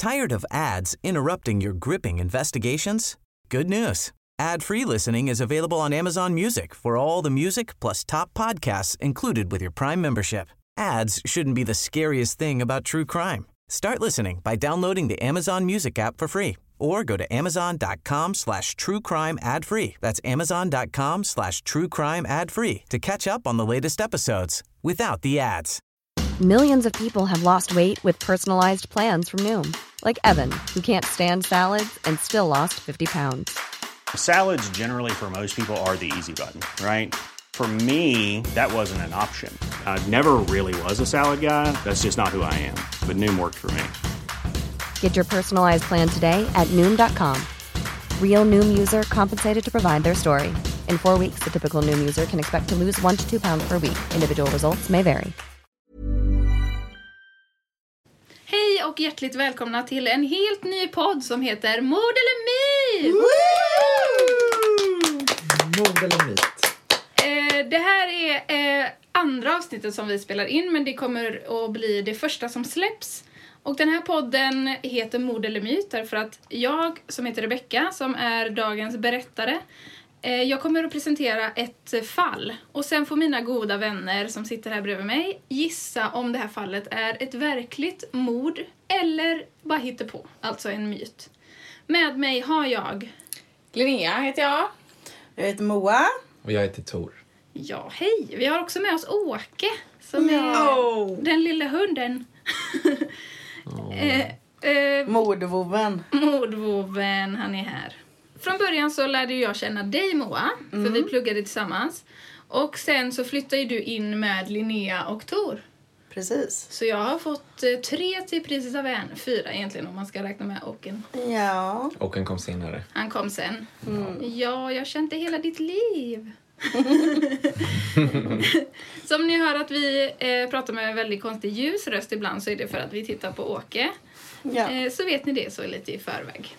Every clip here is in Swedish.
Tired of ads interrupting your gripping investigations? Good news. Ad-free listening is available on Amazon Music for all the music plus top podcasts included with your Prime membership. Ads shouldn't be the scariest thing about true crime. Start listening by downloading the Amazon Music app for free or go to amazon.com/truecrime ad-free. That's amazon.com/truecrime ad-free to catch up on the latest episodes without the ads. Millions of people have lost weight with personalized plans from Noom. Like Evan, who can't stand salads and still lost 50 pounds. Salads generally for most people are the easy button, right? For me, that wasn't an option. I never really was a salad guy. That's just not who I am. But Noom worked for me. Get your personalized plan today at Noom.com. Real Noom user compensated to provide their story. In 4 weeks, the typical Noom user can expect to lose 1 to 2 pounds per week. Individual results may vary. Hej och hjärtligt välkomna till en helt ny podd som heter Mord eller Myt! Mord eller myt? Det här är andra avsnittet som vi spelar in, men det kommer att bli det första som släpps. Och den här podden heter Mord eller Myt därför att jag, som heter Rebecca, som är dagens berättare, jag kommer att presentera ett fall. Och sen får mina goda vänner som sitter här bredvid mig gissa om det här fallet är ett verkligt mord eller bara hittepå, alltså en myt. Med mig har jag... Linnea heter jag. Jag heter Moa. Och jag heter Tor. Ja, hej. Vi har också med oss Åke, som är den lilla hunden. Mordvoven. Mordvoven, han är här. Från början så lärde jag känna dig, Moa, för vi pluggade tillsammans. Och sen så flyttade du in med Linnea och Tor. Precis. Så jag har fått 3 till priset av en. 4 egentligen om man ska räkna med Åken. Ja. Åken kom senare. Han kom sen. Ja, jag kände hela ditt liv. Som ni hör att vi pratar med en väldigt konstig ljus röst ibland, så är det för att vi tittar på Åke. Ja. Så vet ni det så lite i förväg.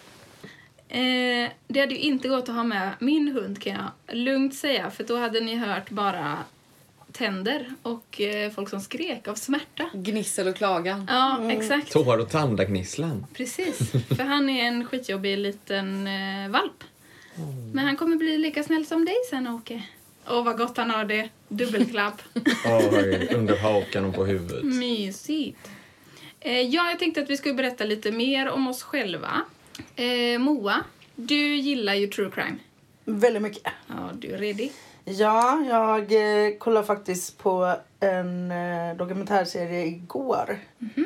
Det hade ju inte gått att ha med min hund, kan jag lugnt säga. För då hade ni hört bara tänder och folk som skrek av smärta. Gnissel och klagan. Ja, exakt. Tår och tandagnisslan. Precis, för han är en skitjobbig liten valp. Men han kommer bli lika snäll som dig sen, Åke. Åh, vad gott han har det. Dubbelklapp. Under hakan och på huvudet. Mysigt. Ja, jag tänkte att vi skulle berätta lite mer om oss själva. Moa, du gillar ju true crime. Väldigt mycket. Ja, du är ready. Ja, jag kollade faktiskt på en dokumentärserie igår.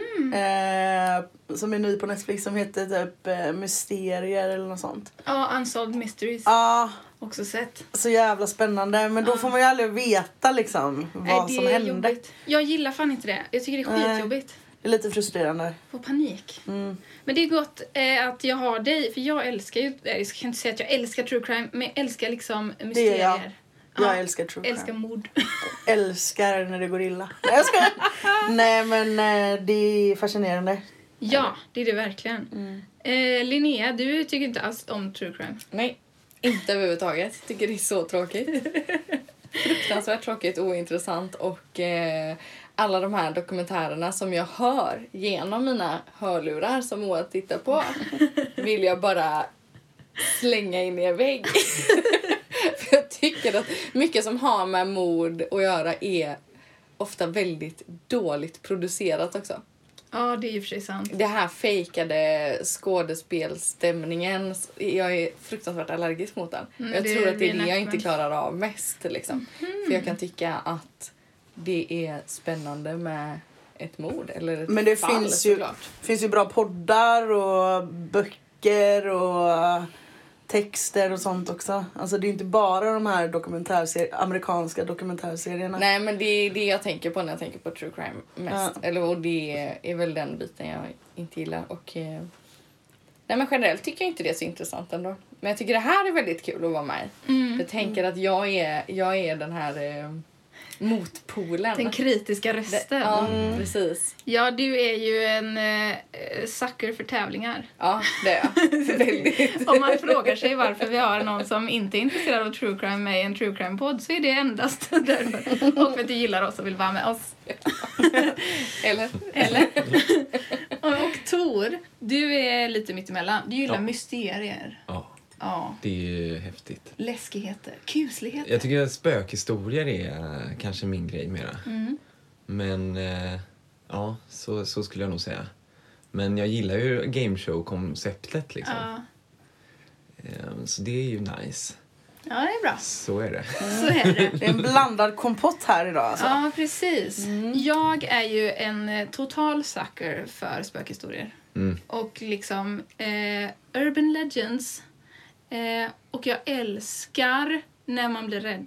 Som är ny på Netflix, som heter typ Mysterier eller något sånt. Ja, Unsolved Mysteries. Ja. Också sett. Så jävla spännande. Men då får man ju aldrig veta liksom vad som hände. Jobbigt. Jag gillar fan inte det. Jag tycker det är skitjobbigt. Det är lite frustrerande. Får panik. Men det är gott att jag har dig. För jag älskar ju... Jag ska inte säga att jag älskar true crime. Men jag älskar liksom mysterier. Det är jag älskar true crime. Älskar mord. Älskar när det går illa. Nej, men det är fascinerande. Ja, det är det verkligen. Linnea, du tycker inte alls om true crime. Nej, inte överhuvudtaget. Jag tycker det är så tråkigt. Fruktansvärt tråkigt och ointressant. Och alla de här dokumentärerna som jag hör genom mina hörlurar som Moa tittar på vill jag bara slänga in i en vägg. För jag tycker att mycket som har med mord att göra är ofta väldigt dåligt producerat också. Ja, det är ju för sig sant. Det här fejkade skådespelstämningen, jag är fruktansvärt allergisk mot den. Jag tror att det är det jag inte klarar av mest. Liksom. För jag kan tycka att det är spännande med ett mord eller ett men det fall, finns ju bra poddar och böcker och texter och sånt också. Alltså det är inte bara de här amerikanska dokumentärserierna. Nej, men det är det jag tänker på när jag tänker på true crime mest. Ja. Och det är väl den biten jag inte gillar. Och, nej, men generellt tycker jag inte det är så intressant ändå. Men jag tycker det här är väldigt kul att vara med. Jag tänker att jag är den här motpolen. Den kritiska rösten. Ja, precis. Ja, du är ju en sucker för tävlingar. Ja, det är jag. Väldigt. Om man frågar sig varför vi har någon som inte är intresserad av true crime med i en true crime-podd, så är det endast därför. Och för att du gillar oss och vill vara med oss. Eller? Och Tor, du är lite mittemellan. Du gillar mysterier. Ja, Ja. det är ju häftigt. Läskigheter, kusligheter. Jag tycker att spökhistorier är kanske min grej mera. Men ja, så skulle jag nog säga. Men jag gillar ju gameshow-konceptet liksom. Ja. Så det är ju nice. Ja, det är bra. Så är det. Så är det. Det är en blandad kompott här idag alltså. Ja, precis. Jag är ju en total sucker för spökhistorier. Och liksom urban legends. Och jag älskar när man blir rädd.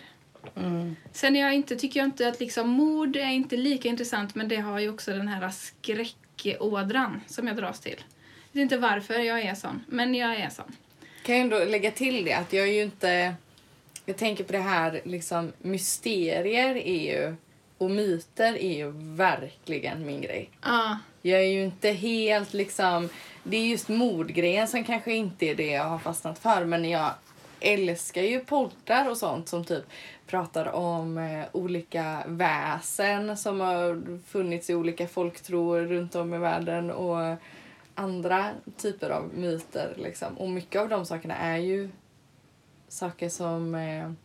Sen tycker jag inte att liksom, mord är inte lika intressant, men det har ju också den här skräckådran som jag dras till. Jag vet inte varför jag är sån, men jag är sån. Kan jag ändå lägga till det att jag är ju inte... Jag tänker på det här, liksom, mysterier är ju... Och myter är ju verkligen min grej. Ja. Jag är ju inte helt liksom... Det är just mordgrejen som kanske inte är det jag har fastnat för. Men jag älskar ju poddar och sånt som typ pratar om olika väsen som har funnits i olika folktror runt om i världen. Och andra typer av myter liksom. Och mycket av de sakerna är ju saker som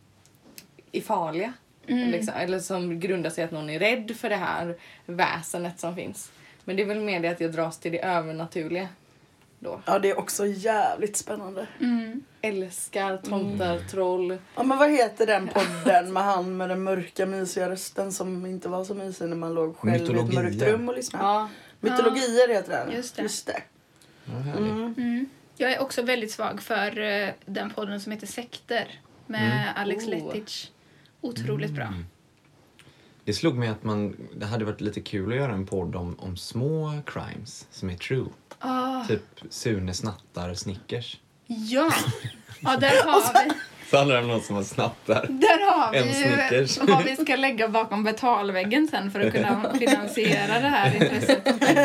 är farliga. Liksom, eller som grundar sig att någon är rädd för det här väsenet som finns. Men det är väl mer det att jag dras till det övernaturliga då. Ja, det är också jävligt spännande. Älskar tomtar, troll. Ja, men vad heter den podden med han med den mörka mysiga rösten som inte var så mysig när man låg själv i ett Mytologier. mörkt rum och lyssnade? Ja. Mytologier heter den. Just det. Ja, härligt. Jag är också väldigt svag för den podden som heter Sekter med Alex Oh. Lettich. Otroligt bra. Det slog mig att det hade varit lite kul att göra en podd om små crimes som är true. Typ Sune snattar Snickers. Ja, där har vi... Så handlar det om någon som har snattar. Där har En vi Snickers. vad vi ska lägga bakom betalväggen sen för att kunna finansiera det här intresset.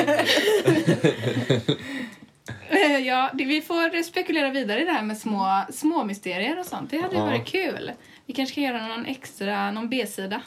Ja, vi får spekulera vidare i det här med små mysterier och sånt. Det hade ju varit kul. Vi kanske ska göra någon B-sida.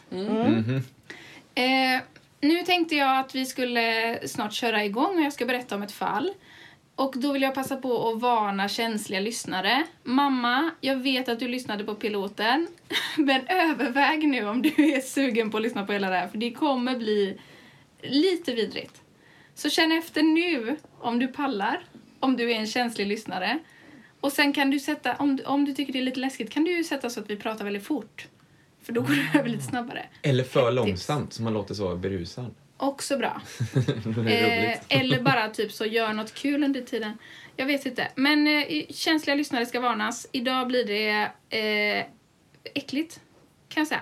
Nu tänkte jag att vi skulle snart köra igång och jag ska berätta om ett fall. Och då vill jag passa på att varna känsliga lyssnare. Mamma, jag vet att du lyssnade på piloten. Men överväg nu om du är sugen på att lyssna på hela det här. För det kommer bli lite vidrigt. Så känn efter nu om du pallar. Om du är en känslig lyssnare. Och sen kan du sätta, om du tycker det är lite läskigt, kan du sätta så att vi pratar väldigt fort. För då går det över lite snabbare. Eller för Ett långsamt så man låter så berusad. Också bra. Det är roligt. Eller bara typ så gör något kul under tiden. Jag vet inte. Men känsliga lyssnare ska varnas. Idag blir det äckligt. Kan jag säga.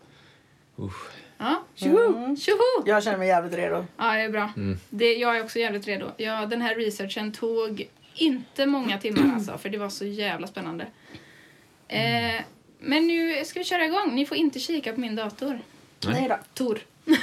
Ja. Tjoho! Jag känner mig jävligt redo. Ja, det är bra. Jag är också jävligt redo. Den här researchen tog inte många timmar alltså. För det var så jävla spännande. Men nu ska vi köra igång. Ni får inte kika på min dator. Nej då. Tor.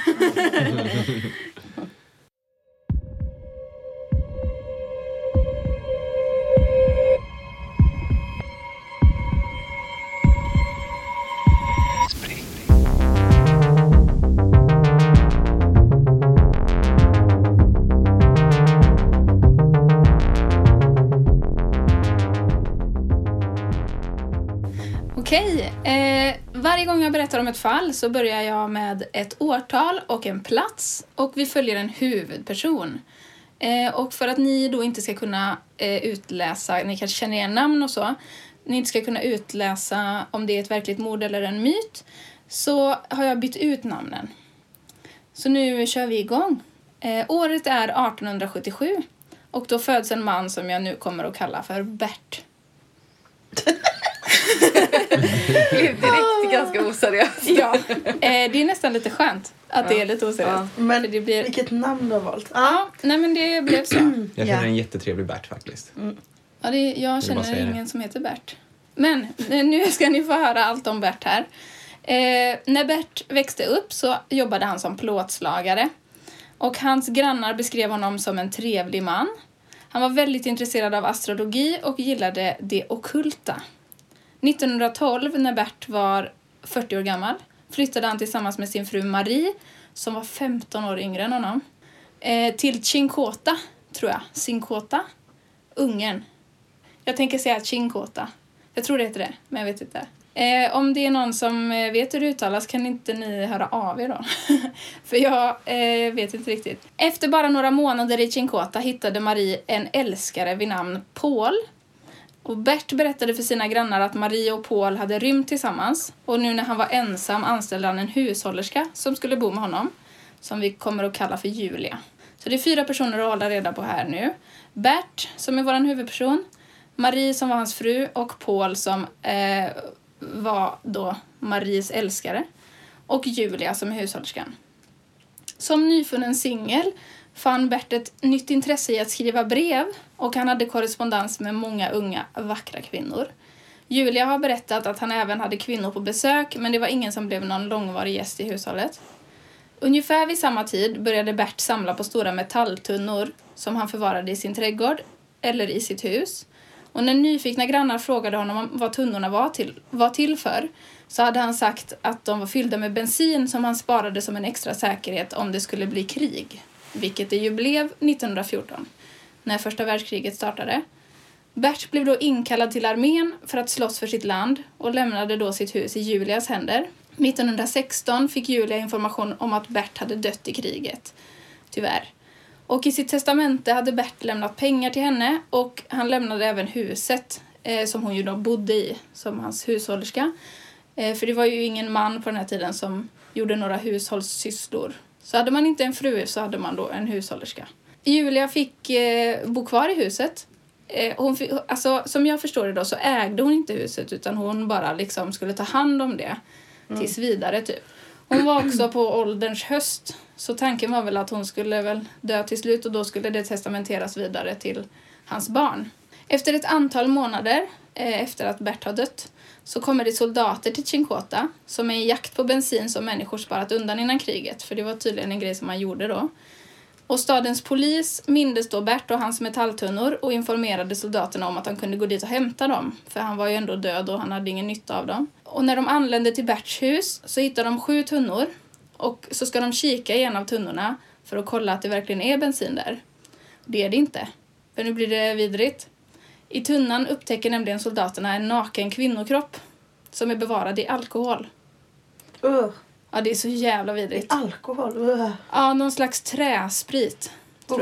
Okej, varje gång jag berättar om ett fall så börjar jag med ett årtal och en plats och vi följer en huvudperson. Och för att ni då inte ska kunna utläsa, ni kanske känner igen namn och så, ni inte ska kunna utläsa om det är ett verkligt mord eller en myt, så har jag bytt ut namnen. Så nu kör vi igång. Året är 1877 och då föds en man som jag nu kommer att kalla för Bert. Blev direkt ganska oseriöst. Ja, det är nästan lite skönt att det är lite oseriöst. Men det blir... vilket namn du har valt? Ja, nej men det blev så. Jag känner en jättetrevlig Bert faktiskt. Ja, jag bara känner säga ingen som heter Bert. Men nu ska ni få höra allt om Bert här. När Bert växte upp så jobbade han som plåtslagare. Och hans grannar beskrev honom som en trevlig man. Han var väldigt intresserad av astrologi och gillade det ockulta. 1912, när Bert var 40 år gammal, flyttade han tillsammans med sin fru Marie, som var 15 år yngre än honom, till Cinquota, tror jag. Cinquota. Ungern. Jag tänker säga Cinquota. Jag tror det heter det, men jag vet inte. Om det är någon som vet hur det uttalas kan inte ni höra av er då. För jag vet inte riktigt. Efter bara några månader i Cinquota hittade Marie en älskare vid namn Paul. Och Bert berättade för sina grannar att Marie och Paul hade rymt tillsammans. Och nu när han var ensam anställde han en hushållerska som skulle bo med honom. Som vi kommer att kalla för Julia. Så det är 4 personer att hålla reda på här nu. Bert som är vår huvudperson. Marie som var hans fru och Paul som var då Maries älskare. Och Julia som är hushållerskan. Som nyfunnen singel fann Bert ett nytt intresse i att skriva brev och han hade korrespondens med många unga, vackra kvinnor. Julia har berättat att han även hade kvinnor på besök men det var ingen som blev någon långvarig gäst i hushållet. Ungefär vid samma tid började Bert samla på stora metalltunnor som han förvarade i sin trädgård eller i sitt hus. Och när nyfikna grannar frågade honom vad tunnorna var till för så hade han sagt att de var fyllda med bensin som han sparade som en extra säkerhet om det skulle bli krig. Vilket det ju blev 1914 när första världskriget startade. Bert blev då inkallad till armén för att slåss för sitt land och lämnade då sitt hus i Julias händer. 1916 fick Julia information om att Bert hade dött i kriget. Tyvärr. Och i sitt testamente hade Bert lämnat pengar till henne och han lämnade även huset som hon ju då bodde i som hans hushållerska. För det var ju ingen man på den här tiden som gjorde några hushållssysslor. Så hade man inte en fru så hade man då en hushållerska. Julia fick bo kvar i huset. Alltså, som jag förstår det då så ägde hon inte huset utan hon bara liksom skulle ta hand om det tills vidare typ. Hon var också på ålderns höst så tanken var väl att hon skulle väl dö till slut och då skulle det testamenteras vidare till hans barn. Efter ett antal månader efter att Bert har dött så kommer det soldater till Cinquota som är i jakt på bensin som människor sparat undan innan kriget. För det var tydligen en grej som man gjorde då. Och stadens polis mindes då Bert och hans metalltunnor och informerade soldaterna om att han kunde gå dit och hämta dem. För han var ju ändå död och han hade ingen nytta av dem. Och när de anlände till Berts hus så hittar de 7 tunnor. Och så ska de kika i en av tunnorna för att kolla att det verkligen är bensin där. Det är det inte. För nu blir det vidrigt. I tunnan upptäcker nämligen soldaterna en naken kvinnokropp som är bevarad i alkohol. Ja, det är så jävla vidrigt. Alkohol? Ja, någon slags träsprit, tror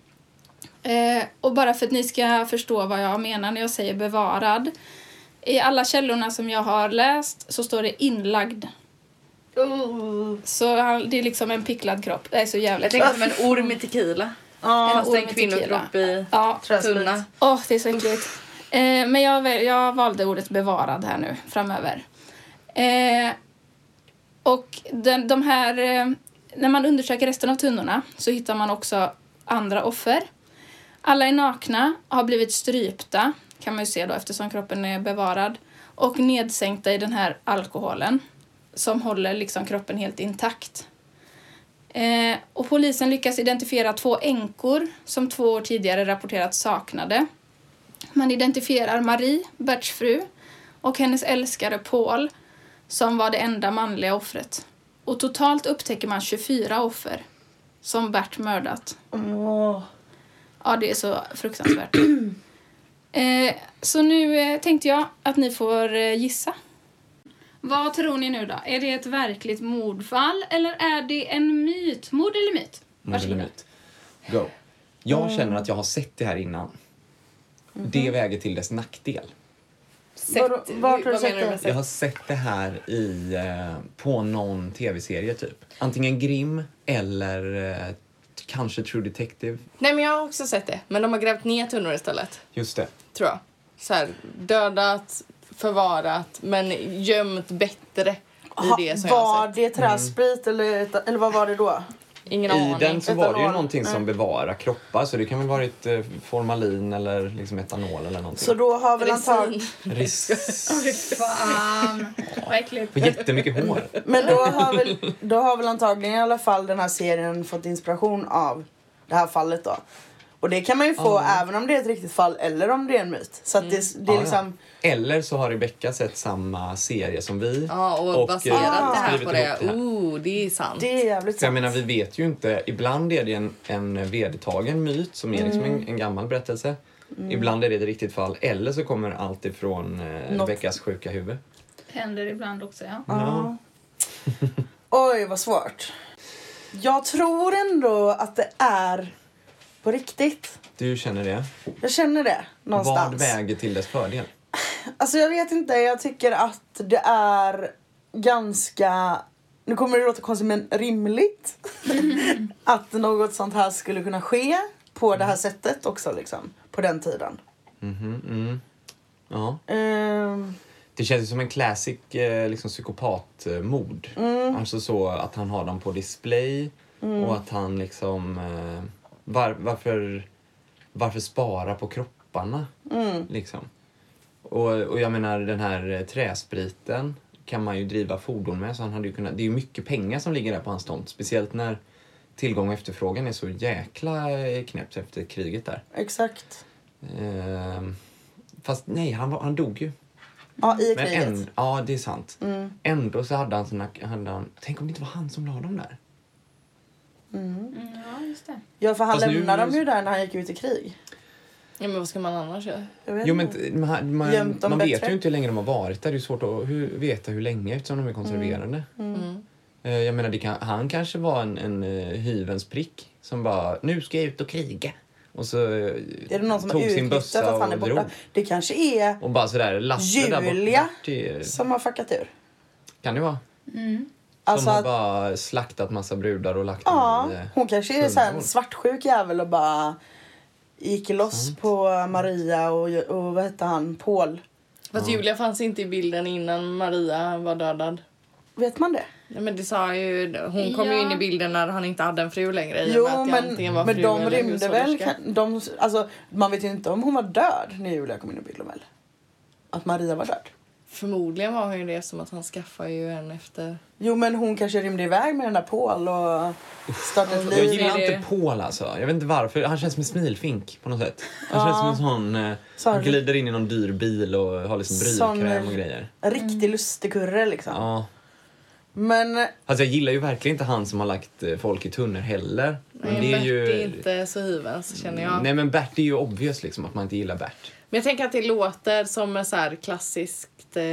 jag. Och bara för att ni ska förstå vad jag menar när jag säger bevarad. I alla källorna som jag har läst så står det inlagd. Så det är liksom en picklad kropp. Det är så jävla. Jag tänker som en orm i tequila. Fast en kvinnokropp i tunna. Det är så äckligt. Men jag valde ordet bevarad här nu framöver. Och de här, när man undersöker resten av tunnorna så hittar man också andra offer. Alla är nakna, har blivit strypta, kan man ju se då eftersom kroppen är bevarad. Och nedsänkta i den här alkoholen som håller liksom kroppen helt intakt. Och polisen lyckas identifiera 2 änkor som 2 år tidigare rapporterat saknade. Man identifierar Marie, Berts fru, och hennes älskare Paul som var det enda manliga offret. Och totalt upptäcker man 24 offer som Bert mördat. Ja, det är så fruktansvärt. Så nu tänkte jag att ni får gissa. Vad tror ni nu då? Är det ett verkligt mordfall eller är det en myt? Mord eller myt? Mord eller myt. Go. Jag känner att jag har sett det här innan. Det väger till dess nackdel. Vart har du sett det? Jag har sett det här på någon tv-serie typ. Antingen Grimm eller kanske True Detective. Nej, men jag har också sett det. Men de har grävt ner tunnor istället. Just det. Tror jag. Så här, dödat, förvarat, men gömt bättre i det som jag har Var sett. det träsprit eller vad var det då? Ingen I aning. den så var det ju Etanol. någonting som bevarar kroppar. Så det kan väl varit formalin eller liksom etanol eller någonting. Så då har väl antagligen... Fan, vad äckligt. För jättemycket hår. Men då har väl antagligen i alla fall den här serien fått inspiration av det här fallet då. Och det kan man ju få även om det är ett riktigt fall eller om det är en myt. Så att det är liksom... Eller så har Rebecca sett samma serie som vi. Ja, och baserat det här på det. Det är sant. Det är jävligt sant. Jag menar, vi vet ju inte. Ibland är det en vedertagen myt som är liksom en gammal berättelse. Ibland är det ett riktigt fall. Eller så kommer allt ifrån Rebeccas sjuka huvud. Händer ibland också, ja. Oj, vad svårt. Jag tror ändå att det är på riktigt. Du känner det? Jag känner det någonstans. Vad väger till dess fördel? Alltså jag vet inte, jag tycker att det är ganska... Nu kommer det låta konstigt men rimligt. Att något sånt här skulle kunna ske på det här sättet också liksom. På den tiden. Ja. Det känns ju som en classic liksom psykopatmord. Alltså så att han har dem på display. Och att han liksom... Varför spara på kropparna? Liksom. Och jag menar, den här träspriten kan man ju driva fordon med. Så han hade ju kunnat, det är ju mycket pengar som ligger där på hans tomt. Speciellt när tillgång och efterfrågan är så jäkla knäppt efter kriget där. Exakt. Fast nej, han dog ju. Ja, i kriget. Ja, det är sant. Ändå så hade han... Tänk om det inte var han som la dem där. Ja, just det. Ja, för han lämnade dem ju där när han gick ut i krig. Ja, men vad ska man annars göra? Jo, men man vet ju inte hur länge de har varit där. Det är svårt att veta hur länge eftersom de är konserverade. Jag menar, han kanske var en hyvens prick som bara, nu ska jag ut och kriga. Och så är det någon som har utnyttjat att han är borta? Drog. Det kanske är och bara sådär, Julia som har fuckat ur. Kan det vara? Alltså som har bara slaktat massa brudar och lagt hon kanske är så här en svartsjuk jävel och bara gick loss på Maria och vad hette han? Paul. Fast Julia fanns inte i bilden innan Maria var dödad. Vet man det? Ja, men det sa ju, hon kom ju in i bilden när han inte hade en fru längre. Jo, men de rymde väl. Alltså, man vet ju inte om hon var död när Julia kom in i bilden väl? Att Maria var död. Förmodligen var hon ju det som att han skaffade ju en efter... Jo, men hon kanske rymde iväg med den där Paul och startade ett liv. Jag gillar inte Paul alltså. Jag vet inte varför. Han känns som en smilfink på något sätt. Han känns som en sån... Han glider in i någon dyr bil och har liksom brylkräm och grejer. En riktig lustigkurre liksom. Ja. Men... Alltså jag gillar ju verkligen inte han som har lagt folk i tunnor heller. Men det är ju... Bert är inte så hyvens, känner jag. Nej, men Bert är ju obvious liksom att man inte gillar Bert. Men jag tänker att det låter som en så här klassiskt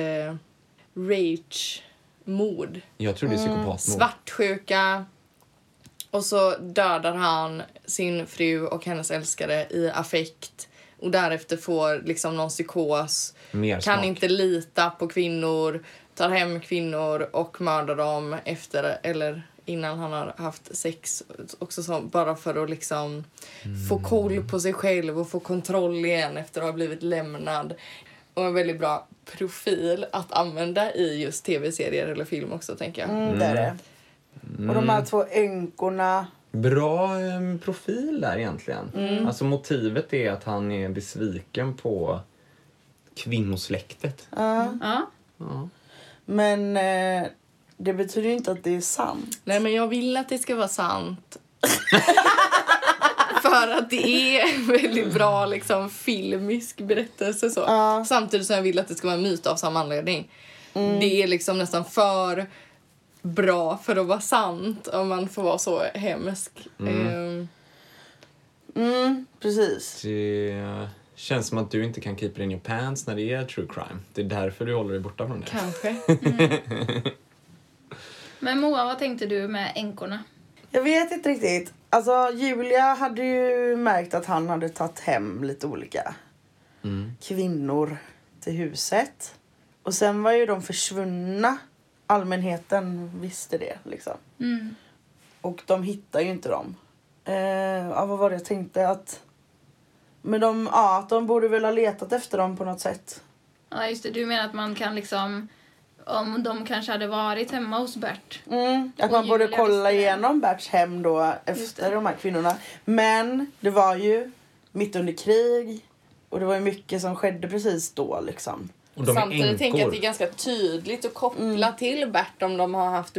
rage-mord. Jag tror det är psykopatmord. Svartsjuka. Och så dödar han sin fru och hennes älskare i affekt. Och därefter får liksom någon psykos. Kan inte lita på kvinnor. Tar hem kvinnor och mördar dem efter eller innan han har haft sex. Också så, bara för att liksom få koll på sig själv och få kontroll igen efter att ha blivit lämnad. Och en väldigt bra profil att använda i just tv-serier eller film också, tänker jag. Det är det. Och de här två änkorna. Bra profil där egentligen. Alltså motivet är att han är besviken på kvinnosläktet. Ja. Men det betyder ju inte att det är sant. Nej, men jag vill att det ska vara sant. För att det är en väldigt bra liksom, filmisk berättelse. Så. Samtidigt som jag vill att det ska vara en myt av samma anledning. Det är liksom nästan för bra för att vara sant. Om man får vara så hemsk. Precis. Det känns som att du inte kan keep it in your pants när det är true crime. Det är därför du håller dig borta från det. Kanske. Men Moa, vad tänkte du med änkorna? Jag vet inte riktigt. Alltså Julia hade ju märkt att han hade tagit hem lite olika kvinnor till huset. Och sen var ju de försvunna. Allmänheten visste det liksom. Och de hittade ju inte dem. Vad var det jag tänkte? Att de borde väl ha letat efter dem på något sätt. Ja, just det. Du menar att man kan liksom... Om de kanske hade varit hemma hos Bert. Att man borde kolla igenom Berts hem då efter de här kvinnorna. Men det var ju mitt under krig. Och det var ju mycket som skedde precis då liksom. Och de samtidigt tänker jag att det är ganska tydligt att koppla till Bert om de har haft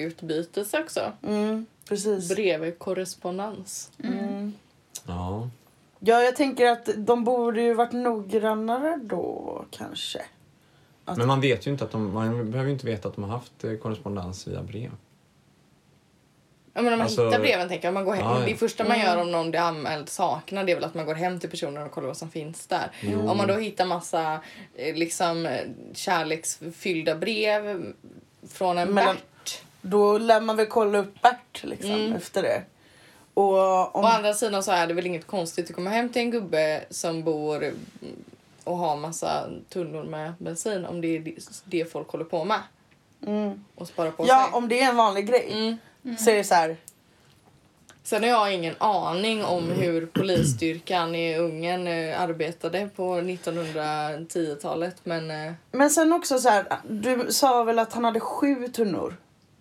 brevutbytelse också. Precis. Brevkorrespondens. Ja. Ja, jag tänker att de borde ju varit noggrannare då, kanske. Men man vet ju inte man behöver ju inte veta att de har haft korrespondens via brev. Ja, men om man hittar breven, tänker jag. Man går hem. Ja, ja. Det första man gör om någon blir anmäld saknar, det är väl att man går hem till personen och kollar vad som finns där. Om man då hittar massa liksom kärleksfyllda brev från en Bert. Då lär man väl kolla upp Bert liksom, efter det. Och Å andra sidan så är det väl inget konstigt att komma hem till en gubbe som bor och har massa tunnor med bensin, om det är det folk håller på med. Och spara på sig. Ja, om det är en vanlig grej. Så är det så här. Sen har jag ingen aning om hur polisstyrkan i Ungern arbetade på 1910-talet. Men sen också så här, du sa väl att han hade 7 tunnor?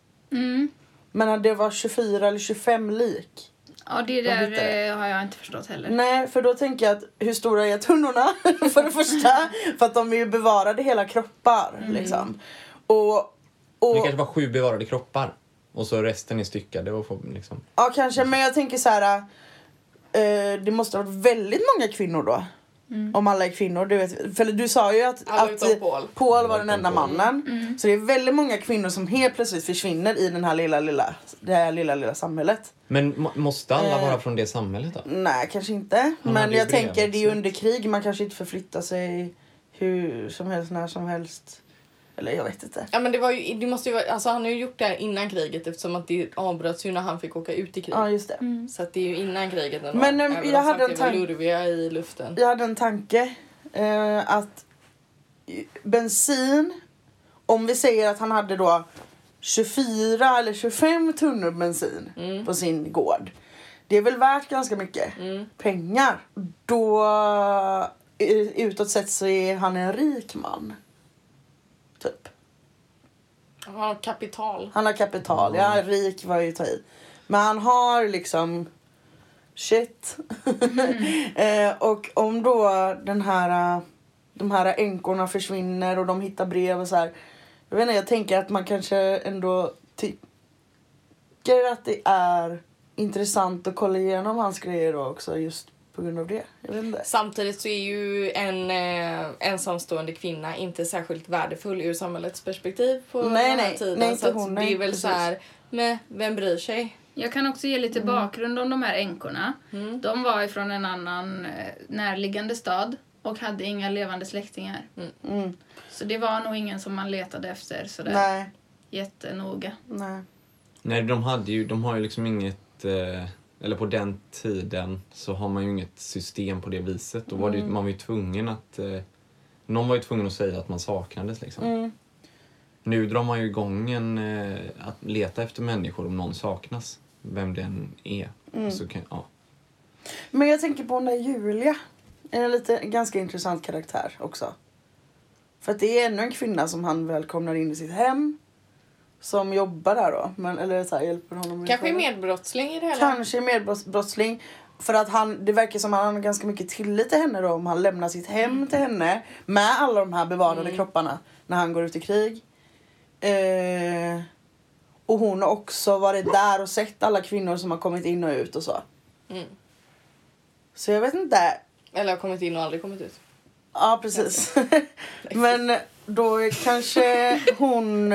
Men att det var 24 eller 25 lik? Ja, det där har jag inte förstått heller. Nej, för då tänker jag att hur stora är tunnorna? För det första. För att de är ju bevarade hela kroppar. Liksom. Och det kanske var 7 bevarade kroppar. Och så resten är styckade och får liksom... Ja, kanske. Men jag tänker så här. Det måste ha varit väldigt många kvinnor då. Om alla är kvinnor. Du vet, för du sa ju att Paul var den enda mannen. Så det är väldigt många kvinnor som helt plötsligt försvinner i den här lilla samhället. Men måste alla vara från det samhället då? Nej, kanske inte. Men jag tänker, det är ju under krig. Man kanske inte förflyttar sig hur som helst, när som helst. Eller jag vet inte. Ja, men det måste ju vara, alltså han har ju gjort det här innan kriget, eftersom att det avbröts ju när han fick åka ut i krig. Ja, just det. Så att det är ju innan kriget ändå. Men jag hade en tanke i luften. Jag hade en tanke att bensin, om vi säger att han hade då 24 eller 25 tunnor bensin på sin gård. Det är väl värt ganska mycket pengar. Då utåt sett så är han en rik man. Typ. Han har kapital. Han har kapital. Ja, rik var ju ta i. Men han har liksom shit. Och om då de här änkorna försvinner och de hittar brev och så här. Jag vet inte, jag tänker att man kanske ändå tycker att det är intressant att kolla igenom hans grejer då också, just på grund av det. Jag vet inte. Samtidigt så är ju en ensamstående kvinna inte särskilt värdefull ur samhällets perspektiv på den här tiden. Nej, så hon, det är väl så här, vem bryr sig? Jag kan också ge lite bakgrund om de här änkorna. De var ifrån en annan närliggande stad och hade inga levande släktingar. Så det var nog ingen som man letade efter sådär jättenoga. Nej, de har ju liksom inget, eller på den tiden så har man ju inget system på det viset. Då var det, man var ju tvungen att, någon var ju tvungen att säga att man saknades liksom. Nu drar man ju igång att leta efter människor om någon saknas. Vem den är. Så kan, ja. Men jag tänker på den där Julia. En ganska intressant karaktär också. För att det är ännu en kvinna som han välkomnar in i sitt hem. Som jobbar där då. Eller så här, hjälper honom. Kanske är medbrottsling i det hela. Kanske är medbrottsling. För att det verkar som att han har ganska mycket tillit till henne då. Om han lämnar sitt hem till henne. Med alla de här bevarade kropparna. När han går ut i krig. Och hon har också varit där och sett alla kvinnor som har kommit in och ut och så. Så jag vet inte. Eller har kommit in och aldrig kommit ut. Ja, precis. Men då kanske hon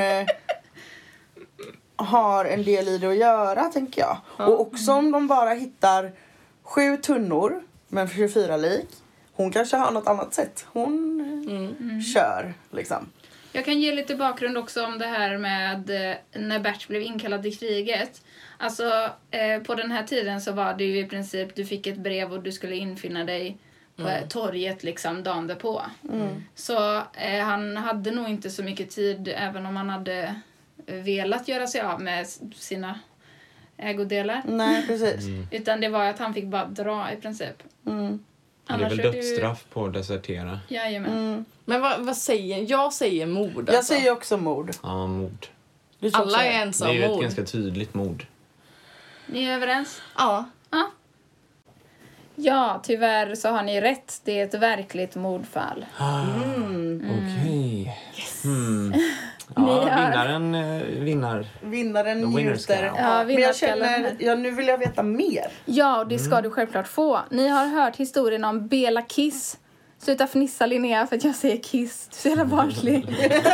har en del i det att göra, tänker jag. Och också om de bara hittar 7 tunnor med 24 lik. Hon kanske har något annat sätt. Hon kör, liksom. Jag kan ge lite bakgrund också om det här med när Bert blev inkallad i kriget. Alltså på den här tiden så var det ju i princip, du fick ett brev och du skulle infinna dig på torget liksom dagen därpå. Så han hade nog inte så mycket tid, även om han hade velat göra sig av med sina ägodelar. Nej, precis. Utan det var att han fick bara dra i princip. Det är väl dödsstraff på att desertera. Jajamän. Men vad säger jag? Säger mord alltså. Jag säger också mord. Ja, mord. Alla är ensam mord. Det är ju mord. ett ganska tydligt mord. Ni är överens? Ja. Ja, tyvärr så har ni rätt. Det är ett verkligt mordfall. Okej. Yes. vinnaren vinnar. Vinnaren The winner's njuter. count. Ja, Men jag känner, nu vill jag veta mer. Ja, det ska du självklart få. Ni har hört historien om Bela Kiss. Sluta fnissa, Linnea, för att jag säger Kiss. Du är så jävla barnslig.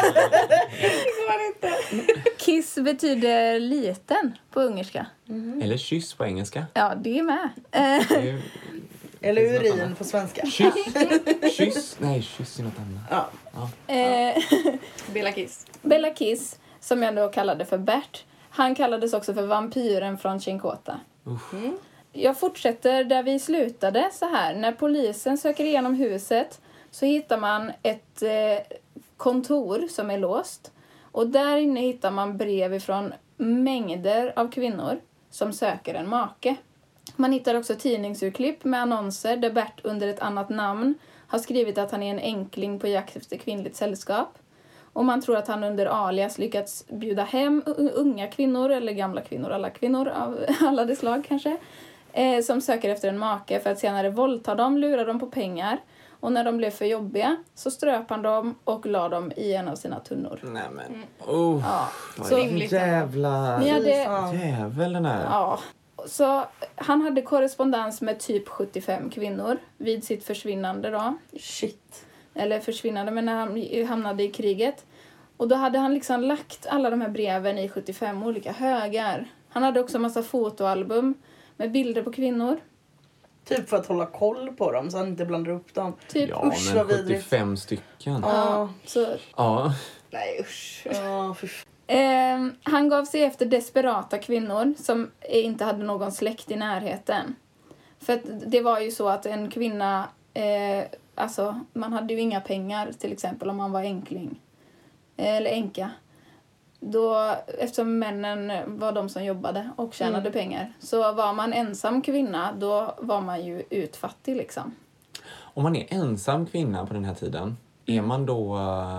Kiss betyder liten på ungerska. Eller kyss på engelska. Ja, det är med. Det är ju- Eller urin på svenska. Kyss. Nej, kyss är något annat. Ja. Bela Kiss. Bela Kiss, som jag då kallade för Bert, han kallades också för vampyren från Cinquota. Jag fortsätter där vi slutade så här. När polisen söker igenom huset så hittar man ett kontor som är låst. Och där inne hittar man brev ifrån mängder av kvinnor som söker en make. Man hittar också tidningsurklipp med annonser där Bert under ett annat namn har skrivit att han är en enkling på jakt efter kvinnligt sällskap. Och man tror att han under alias lyckats bjuda hem unga kvinnor eller gamla kvinnor, alla kvinnor av alla de slag kanske, som söker efter en make för att senare våldta dem, lura dem på pengar. Och när de blev för jobbiga så ströp han dem och la dem i en av sina tunnor. Nej men. Ja, Vad så- är det för jävla Ni hade, jävel den här. ja, så han hade korrespondens med typ 75 kvinnor vid sitt försvinnande då. Shit. Eller försvinnande, men när han hamnade i kriget. Och då hade han liksom lagt alla de här breven i 75 olika högar. Han hade också en massa fotoalbum med bilder på kvinnor. Typ för att hålla koll på dem så han inte blandar upp dem. Typ. Ja, Usch, men vad vidrigt. 75 stycken. Ja. Så, Ja. Nej usch. Ja, fy han gav sig efter desperata kvinnor som inte hade någon släkt i närheten. För att det var ju så att en kvinna, alltså man hade ju inga pengar till exempel om man var enkling. Eller änka. Då, eftersom männen var de som jobbade och tjänade pengar. Så var man ensam kvinna, då var man ju utfattig liksom. Om man är ensam kvinna på den här tiden, är man då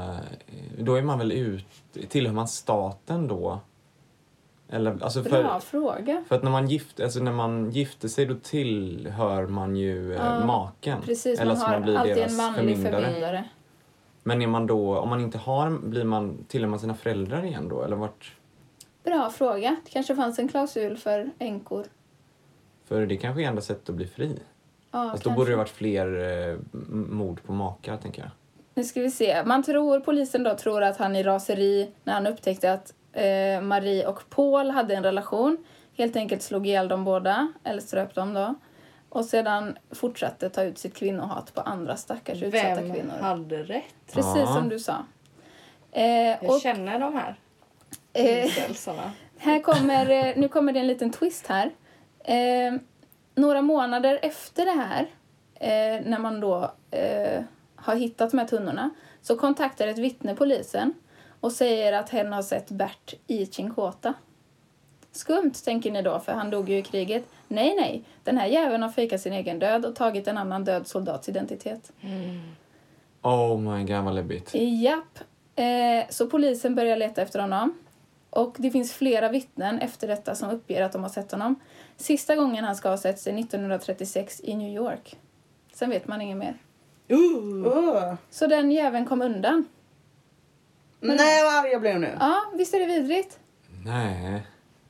är man väl tillhör man staten då? Eller, alltså Bra fråga. för att när man gifter sig då tillhör man ju maken. Precis, eller man så har blir alltid deras en manlig förmyndare. Men är man då, om man inte har, tillhör man sina föräldrar igen då? Eller vart? Bra fråga. Det kanske fanns en klausul för änkor. För det kanske är enda sättet att bli fri. Ja, Fast då borde det varit fler mord på makar, tänker jag. Nu ska vi se. Polisen då tror att han i raseri, när han upptäckte att Marie och Paul hade en relation, helt enkelt slog ihjäl dem båda, eller ströp dem då. Och sedan fortsatte ta ut sitt kvinnohat på andra stackars utsatta Vem kvinnor. hade rätt? Precis som du sa. Jag känner de här incelsarna. Nu kommer det en liten twist här. Några månader efter det här, när man då har hittat de här tunnorna, så kontaktar ett vittne polisen och säger att hen har sett Bert i Cinquota. Skumt, tänker ni då, för han dog ju i kriget. Nej. Den här jäveln har fejkat sin egen död och tagit en annan död soldats identitet. Oh my god, vad läbbigt. Japp. Så polisen börjar leta efter honom. Och det finns flera vittnen efter detta som uppger att de har sett honom. Sista gången han ska ha sett sig 1936 i New York. Sen vet man inget mer. Så den jäveln kom undan. Nej, vad arg jag blev nu. Ja, visst är det vidrigt? Nej.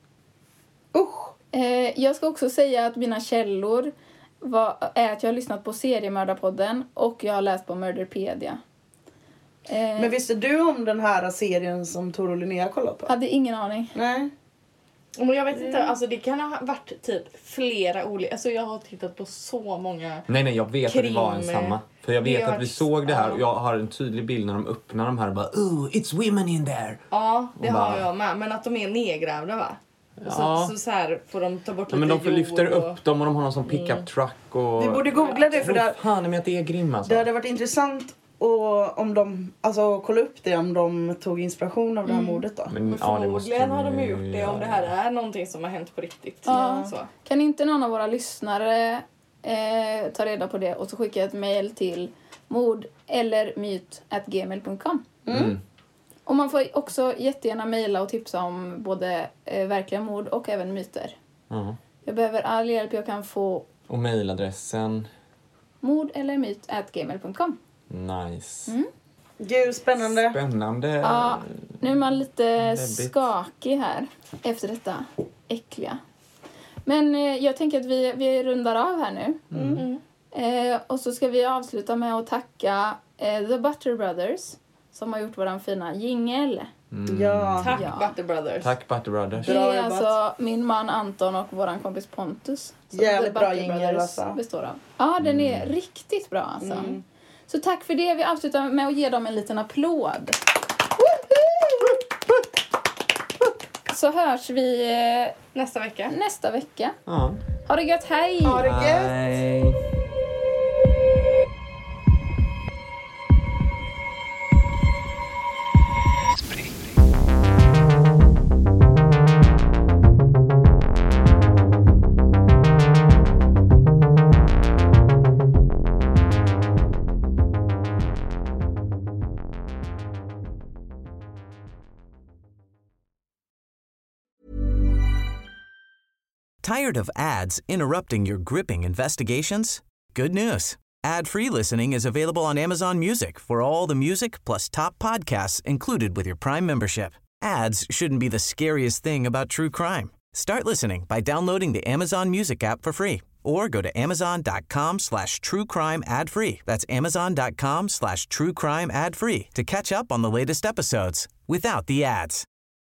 Usch. Jag ska också säga att mina källor är att jag har lyssnat på Seriemördarpodden och jag har läst på Murderpedia. Men visste du om den här serien som Tor och Linnea kollat på? Hade ingen aning. Nej. Men jag vet inte, alltså det kan ha varit typ flera olika, alltså jag har tittat på så många. Nej, jag vet att det var en Krim, samma. För jag vet det har att vi varit- såg det här ja. och jag har en tydlig bild när de öppnar de här och bara it's women in there. Ja, det Och har bara- jag med, men att de är nedgrävda va? Och Ja. så här får de ta bort Ja, men lite de lyfter jord och... upp dem och de har någon som pick-up truck och... Vi borde googla det för det, Fan, men att det är Grimm alltså. det hade varit intressant och om de, alltså kolla upp det om de tog inspiration av det här mordet då. Men, Men ja, det måste förmodligen har de ju gjort det om det här är någonting som har hänt på riktigt. Ja. Så. Kan inte någon av våra lyssnare ta reda på det och så skicka ett mejl till mord.eller-myt@gmail.com. Och man får också jättegärna mejla och tipsa om både verkliga mord och även myter. Ja. Jag behöver all hjälp jag kan få. Och mejladressen. mord.eller-myt@gmail.com. Nice. Gud, spännande. Spännande. Ja, Nu är man lite skakig här efter detta äckliga. Men jag tänker att vi rundar av här nu. Och så ska vi avsluta med att tacka The Butter Brothers som har gjort våran fina jingle. Ja. Tack Butter Brothers. Tack Butter Brothers. Det är alltså min man Anton och våran kompis Pontus. Jävligt bra jingle alltså. Består av. Ja, den är riktigt bra alltså. Så tack för det. Vi avslutar med att ge dem en liten applåd. Så hörs vi nästa vecka. Ja. Ha det gött, hej! Ha det gött! Hej. Tired of ads interrupting your gripping investigations? Good news. Ad-free listening is available on Amazon Music for all the music plus top podcasts included with your Prime membership. Ads shouldn't be the scariest thing about true crime. Start listening by downloading the Amazon Music app for free or go to amazon.com/truecrime ad-free. That's amazon.com/truecrime ad-free to catch up on the latest episodes without the ads.